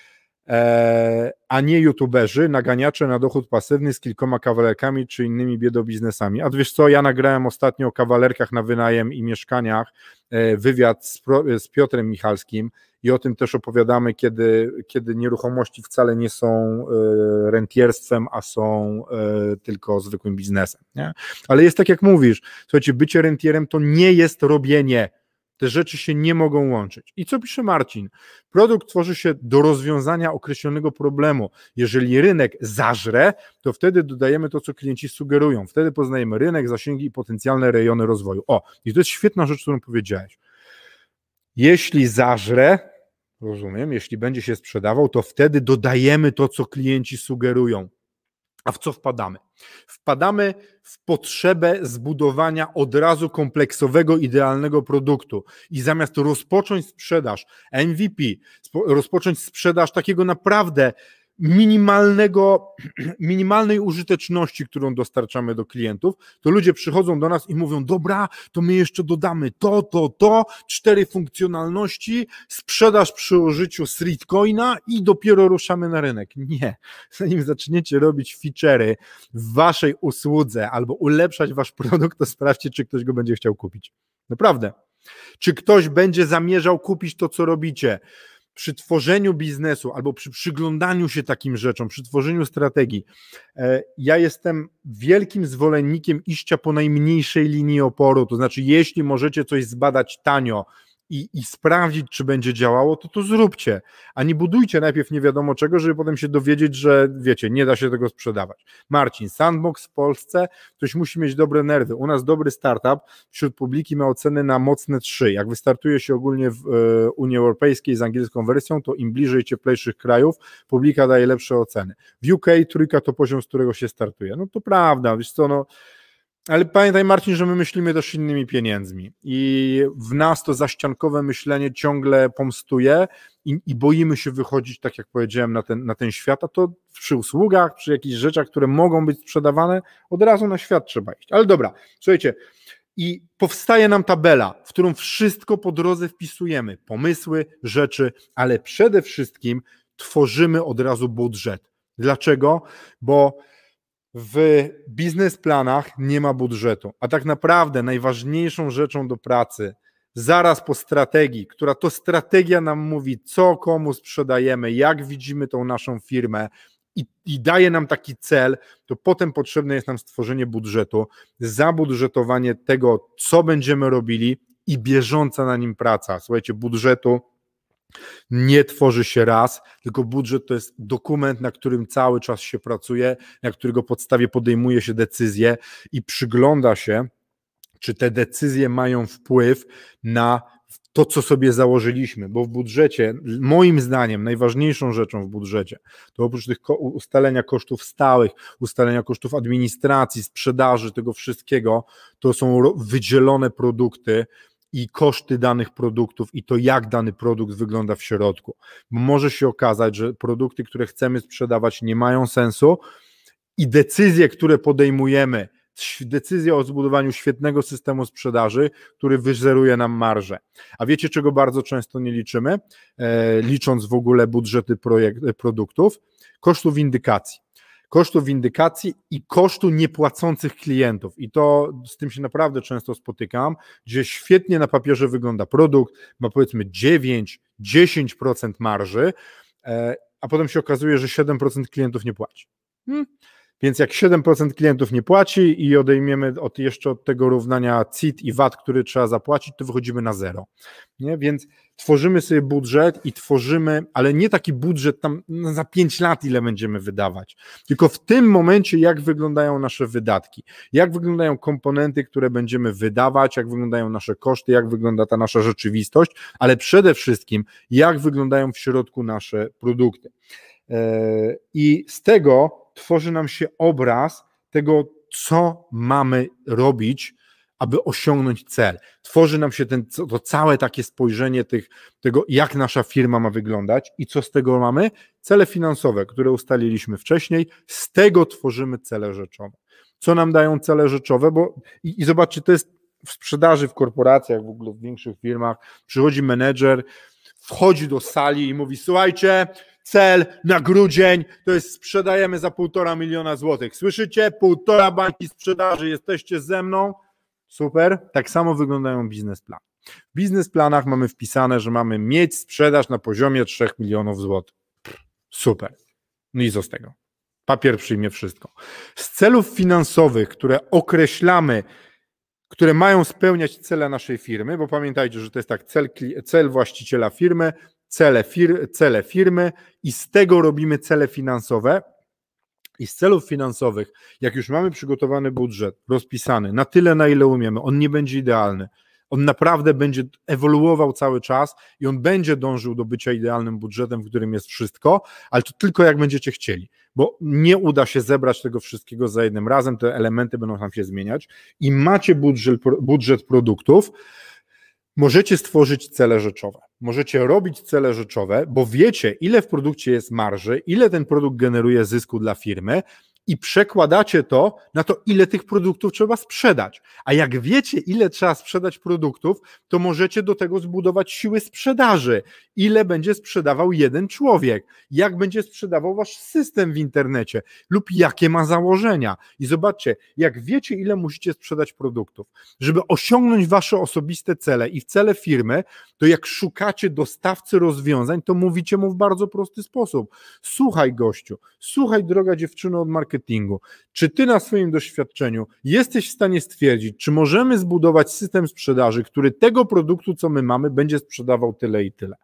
Eee, a nie youtuberzy, naganiacze na dochód pasywny z kilkoma kawalerkami czy innymi biedobiznesami. A wiesz co, ja nagrałem ostatnio o kawalerkach na wynajem i mieszkaniach e, wywiad z, Pro, z Piotrem Michalskim i o tym też opowiadamy, kiedy, kiedy nieruchomości wcale nie są e, rentierstwem, a są e, tylko zwykłym biznesem. Nie? Ale jest tak jak mówisz, słuchajcie, bycie rentierem to nie jest robienie. Te rzeczy się nie mogą łączyć. I co pisze Marcin? Produkt tworzy się do rozwiązania określonego problemu. Jeżeli rynek zażre, to wtedy dodajemy to, co klienci sugerują. Wtedy poznajemy rynek, zasięgi i potencjalne rejony rozwoju. O, i to jest świetna rzecz, którą powiedziałeś. Jeśli zażre, rozumiem, jeśli będzie się sprzedawał, to wtedy dodajemy to, co klienci sugerują. A w co wpadamy? Wpadamy w potrzebę zbudowania od razu kompleksowego, idealnego produktu i zamiast rozpocząć sprzedaż M V P, rozpocząć sprzedaż takiego naprawdę minimalnego, minimalnej użyteczności, którą dostarczamy do klientów, to ludzie przychodzą do nas i mówią, dobra, to my jeszcze dodamy to, to, to, cztery funkcjonalności, sprzedaż przy użyciu Streetcoina i dopiero ruszamy na rynek. Nie, zanim zaczniecie robić feature'y w waszej usłudze albo ulepszać wasz produkt, to sprawdźcie, czy ktoś go będzie chciał kupić. Naprawdę. Czy ktoś będzie zamierzał kupić to, co robicie? Przy tworzeniu biznesu albo przy przyglądaniu się takim rzeczom, przy tworzeniu strategii, ja jestem wielkim zwolennikiem iścia po najmniejszej linii oporu, to znaczy jeśli możecie coś zbadać tanio i, i sprawdzić, czy będzie działało, to to zróbcie, a nie budujcie najpierw nie wiadomo czego, żeby potem się dowiedzieć, że wiecie, nie da się tego sprzedawać. Marcin, Sandbox w Polsce, ktoś musi mieć dobre nerwy. U nas dobry startup wśród publiki ma oceny na mocne trzy. Jak wystartuje się ogólnie w e, Unii Europejskiej z angielską wersją, to im bliżej cieplejszych krajów, publika daje lepsze oceny. W U K trójka to poziom, z którego się startuje. No to prawda, wiesz co, no ale pamiętaj, Marcin, że my myślimy też innymi pieniędzmi i w nas to zaściankowe myślenie ciągle pomstuje i, i boimy się wychodzić, tak jak powiedziałem, na ten, na ten świat, a to przy usługach, przy jakichś rzeczach, które mogą być sprzedawane, od razu na świat trzeba iść. Ale dobra, słuchajcie, i powstaje nam tabela, w którą wszystko po drodze wpisujemy, pomysły, rzeczy, ale przede wszystkim tworzymy od razu budżet. Dlaczego? Bo w biznesplanach nie ma budżetu, a tak naprawdę najważniejszą rzeczą do pracy zaraz po strategii, która to strategia nam mówi, co komu sprzedajemy, jak widzimy tą naszą firmę i, i daje nam taki cel, to potem potrzebne jest nam stworzenie budżetu, zabudżetowanie tego, co będziemy robili i bieżąca na nim praca. Słuchajcie, budżetu nie tworzy się raz, tylko budżet to jest dokument, na którym cały czas się pracuje, na którego podstawie podejmuje się decyzje i przygląda się, czy te decyzje mają wpływ na to, co sobie założyliśmy, bo w budżecie, moim zdaniem, najważniejszą rzeczą w budżecie, to oprócz tych ko- ustalenia kosztów stałych, ustalenia kosztów administracji, sprzedaży, tego wszystkiego, to są ro- wydzielone produkty i koszty danych produktów i to, jak dany produkt wygląda w środku. Bo może się okazać, że produkty, które chcemy sprzedawać, nie mają sensu i decyzje, które podejmujemy, decyzja o zbudowaniu świetnego systemu sprzedaży, który wyzeruje nam marżę. A wiecie, czego bardzo często nie liczymy, e, licząc w ogóle budżety projekt, produktów? Kosztów windykacji. Kosztów windykacji i kosztu niepłacących klientów. I to z tym się naprawdę często spotykam, gdzie świetnie na papierze wygląda produkt, ma powiedzmy dziewięć do dziesięciu procent marży, e, a potem się okazuje, że siedem procent klientów nie płaci. Hmm. Więc jak siedem procent klientów nie płaci i odejmiemy od, jeszcze od tego równania C I T i V A T, który trzeba zapłacić, to wychodzimy na zero. Nie? Więc tworzymy sobie budżet i tworzymy, ale nie taki budżet tam za pięć lat, ile będziemy wydawać, tylko w tym momencie, jak wyglądają nasze wydatki, jak wyglądają komponenty, które będziemy wydawać, jak wyglądają nasze koszty, jak wygląda ta nasza rzeczywistość, ale przede wszystkim, jak wyglądają w środku nasze produkty. I z tego tworzy nam się obraz tego, co mamy robić, aby osiągnąć cel. Tworzy nam się ten, to całe takie spojrzenie tych, tego, jak nasza firma ma wyglądać i co z tego mamy? Cele finansowe, które ustaliliśmy wcześniej, z tego tworzymy cele rzeczowe. Co nam dają cele rzeczowe? Bo i, i zobaczcie, to jest w sprzedaży, w korporacjach, w ogóle w większych firmach, przychodzi menedżer, wchodzi do sali i mówi: słuchajcie, cel na grudzień to jest sprzedajemy za półtora miliona złotych. Słyszycie? Półtora bańki sprzedaży, jesteście ze mną? Super. Tak samo wyglądają biznesplany. W biznesplanach mamy wpisane, że mamy mieć sprzedaż na poziomie trzech milionów złotych. Super. No i co z tego? Papier przyjmie wszystko. Z celów finansowych, które określamy, które mają spełniać cele naszej firmy, bo pamiętajcie, że to jest tak, cel, cel właściciela firmy, Cele, fir, cele firmy i z tego robimy cele finansowe i z celów finansowych, jak już mamy przygotowany budżet, rozpisany na tyle, na ile umiemy, on nie będzie idealny, on naprawdę będzie ewoluował cały czas i on będzie dążył do bycia idealnym budżetem, w którym jest wszystko, ale to tylko jak będziecie chcieli, bo nie uda się zebrać tego wszystkiego za jednym razem, te elementy będą tam się zmieniać i macie budżet, budżet produktów, możecie stworzyć cele rzeczowe. Możecie robić cele rzeczowe, bo wiecie, ile w produkcie jest marży, ile ten produkt generuje zysku dla firmy i przekładacie to na to, ile tych produktów trzeba sprzedać. A jak wiecie, ile trzeba sprzedać produktów, to możecie do tego zbudować siły sprzedaży. Ile będzie sprzedawał jeden człowiek, jak będzie sprzedawał wasz system w internecie lub jakie ma założenia. I zobaczcie, jak wiecie, ile musicie sprzedać produktów, żeby osiągnąć wasze osobiste cele i cele firmy, to jak szukacie dostawcy rozwiązań, to mówicie mu w bardzo prosty sposób. Słuchaj gościu, słuchaj droga dziewczyno od marketingu, czy ty na swoim doświadczeniu jesteś w stanie stwierdzić, czy możemy zbudować system sprzedaży, który tego produktu, co my mamy, będzie sprzedawał tyle i tyle.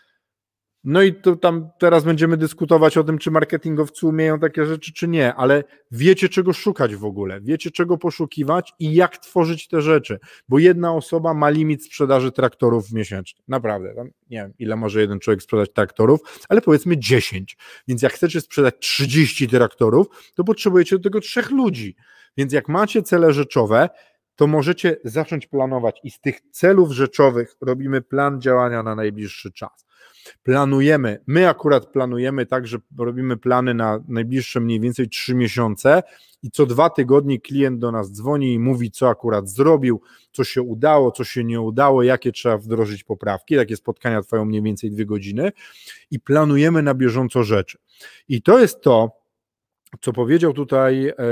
No i to tam teraz będziemy dyskutować o tym, czy marketingowcy umieją takie rzeczy, czy nie, ale wiecie, czego szukać w ogóle, wiecie, czego poszukiwać i jak tworzyć te rzeczy, bo jedna osoba ma limit sprzedaży traktorów miesięcznie, naprawdę, tam nie wiem, ile może jeden człowiek sprzedać traktorów, ale powiedzmy dziesięć, więc jak chcecie sprzedać trzydzieści traktorów, to potrzebujecie do tego trzech ludzi, więc jak macie cele rzeczowe, to możecie zacząć planować i z tych celów rzeczowych robimy plan działania na najbliższy czas. Planujemy, my akurat planujemy tak, że robimy plany na najbliższe mniej więcej trzy miesiące i co dwa tygodnie klient do nas dzwoni i mówi, co akurat zrobił, co się udało, co się nie udało, jakie trzeba wdrożyć poprawki. Takie spotkania trwają mniej więcej dwie godziny i planujemy na bieżąco rzeczy. I to jest to, co powiedział tutaj e,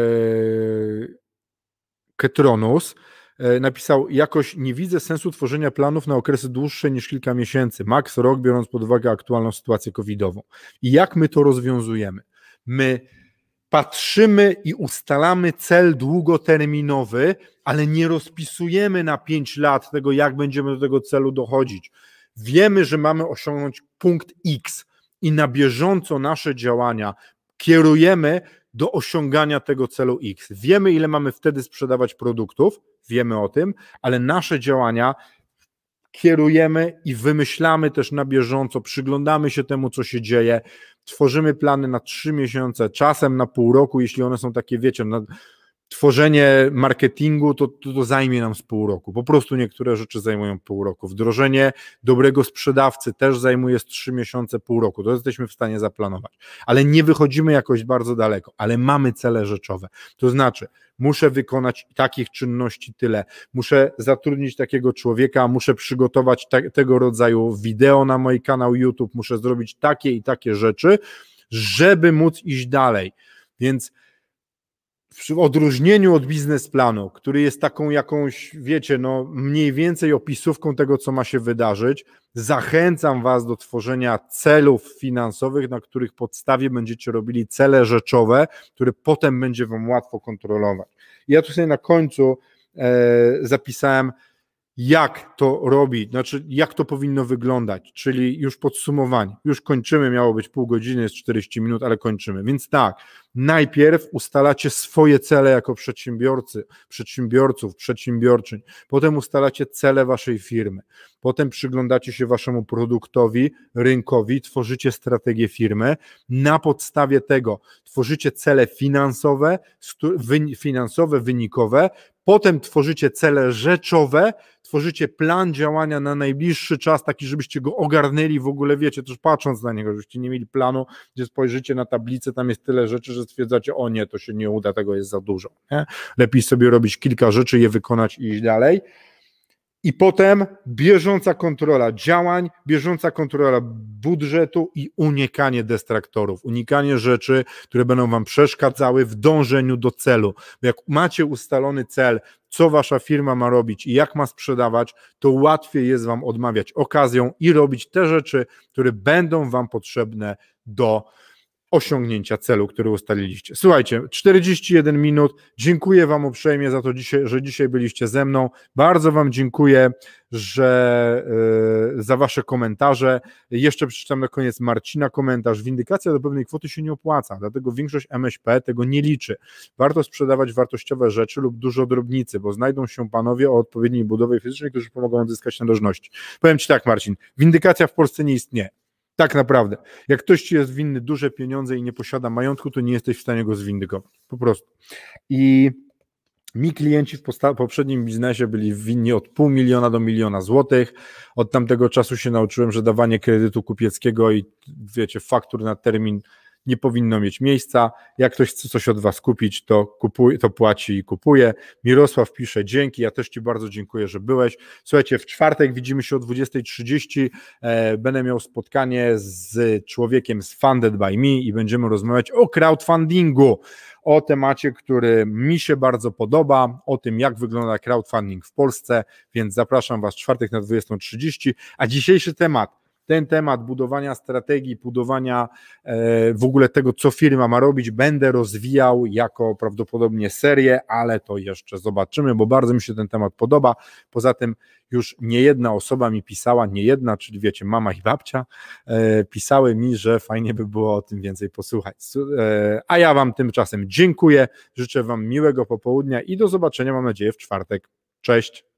Ketronus, napisał: jakoś nie widzę sensu tworzenia planów na okresy dłuższe niż kilka miesięcy, maks rok, biorąc pod uwagę aktualną sytuację covidową. I jak my to rozwiązujemy? My patrzymy i ustalamy cel długoterminowy, ale nie rozpisujemy na pięć lat tego, jak będziemy do tego celu dochodzić. Wiemy, że mamy osiągnąć punkt X i na bieżąco nasze działania kierujemy do osiągania tego celu X. Wiemy, ile mamy wtedy sprzedawać produktów, wiemy o tym, ale nasze działania kierujemy i wymyślamy też na bieżąco, przyglądamy się temu, co się dzieje, tworzymy plany na trzy miesiące, czasem na pół roku, jeśli one są takie, wiecie, na, tworzenie marketingu to, to, to zajmie nam z pół roku. Po prostu niektóre rzeczy zajmują pół roku. Wdrożenie dobrego sprzedawcy też zajmuje z trzy miesiące, pół roku. To jesteśmy w stanie zaplanować. Ale nie wychodzimy jakoś bardzo daleko, ale mamy cele rzeczowe. To znaczy, muszę wykonać takich czynności tyle, muszę zatrudnić takiego człowieka, muszę przygotować te, tego rodzaju wideo na mój kanał YouTube, muszę zrobić takie i takie rzeczy, żeby móc iść dalej. Więc w odróżnieniu od biznesplanu, który jest taką jakąś, wiecie, no mniej więcej opisówką tego, co ma się wydarzyć, zachęcam Was do tworzenia celów finansowych, na których podstawie będziecie robili cele rzeczowe, które potem będzie Wam łatwo kontrolować. I ja tutaj na końcu e, zapisałem, jak to robić, znaczy jak to powinno wyglądać, czyli już podsumowanie, już kończymy, miało być pół godziny, jest czterdzieści minut, ale kończymy, więc tak, najpierw ustalacie swoje cele jako przedsiębiorcy, przedsiębiorców, przedsiębiorczyń, potem ustalacie cele Waszej firmy, potem przyglądacie się Waszemu produktowi, rynkowi, tworzycie strategię firmy, na podstawie tego tworzycie cele finansowe, finansowe, wynikowe, potem tworzycie cele rzeczowe, tworzycie plan działania na najbliższy czas, taki, żebyście go ogarnęli w ogóle, wiecie, też patrząc na niego, żebyście nie mieli planu, gdzie spojrzycie na tablicę, tam jest tyle rzeczy, że stwierdzacie, o nie, to się nie uda, tego jest za dużo. Nie? Lepiej sobie robić kilka rzeczy, je wykonać i iść dalej. I potem bieżąca kontrola działań, bieżąca kontrola budżetu i unikanie dystraktorów, unikanie rzeczy, które będą Wam przeszkadzały w dążeniu do celu. Bo jak macie ustalony cel, co Wasza firma ma robić i jak ma sprzedawać, to łatwiej jest Wam odmawiać okazją i robić te rzeczy, które będą Wam potrzebne do osiągnięcia celu, który ustaliliście. Słuchajcie, czterdzieści jeden minut, dziękuję Wam uprzejmie za to, dzisiaj, że dzisiaj byliście ze mną, bardzo Wam dziękuję, że yy, za Wasze komentarze, jeszcze przeczytam na koniec Marcina komentarz, windykacja do pewnej kwoty się nie opłaca, dlatego większość M S P tego nie liczy, warto sprzedawać wartościowe rzeczy lub dużo drobnicy, bo znajdą się panowie o odpowiedniej budowie fizycznej, którzy pomogą odzyskać należności. Powiem Ci tak, Marcin, windykacja w Polsce nie istnieje. Tak naprawdę. Jak ktoś Ci jest winny duże pieniądze i nie posiada majątku, to nie jesteś w stanie go zwindykować. Po prostu. I mi klienci w poprzednim biznesie byli winni od pół miliona do miliona złotych. Od tamtego czasu się nauczyłem, że dawanie kredytu kupieckiego i wiecie, faktur na termin nie powinno mieć miejsca. Jak ktoś chce coś od Was kupić, to, kupuje, to płaci i kupuje. Mirosław pisze, dzięki, ja też Ci bardzo dziękuję, że byłeś. Słuchajcie, w czwartek widzimy się o dwudziestej trzydzieści. E, będę miał spotkanie z człowiekiem z Funded by Me i będziemy rozmawiać o crowdfundingu, o temacie, który mi się bardzo podoba, o tym, jak wygląda crowdfunding w Polsce, więc zapraszam Was w czwartek na dwudziestą trzydzieści, a dzisiejszy temat, ten temat budowania strategii, budowania e, w ogóle tego, co firma ma robić, będę rozwijał jako prawdopodobnie serię, ale to jeszcze zobaczymy, bo bardzo mi się ten temat podoba. Poza tym już nie jedna osoba mi pisała, nie jedna, czyli wiecie, mama i babcia, e, pisały mi, że fajnie by było o tym więcej posłuchać. E, a ja Wam tymczasem dziękuję, życzę Wam miłego popołudnia i do zobaczenia, mam nadzieję, w czwartek. Cześć!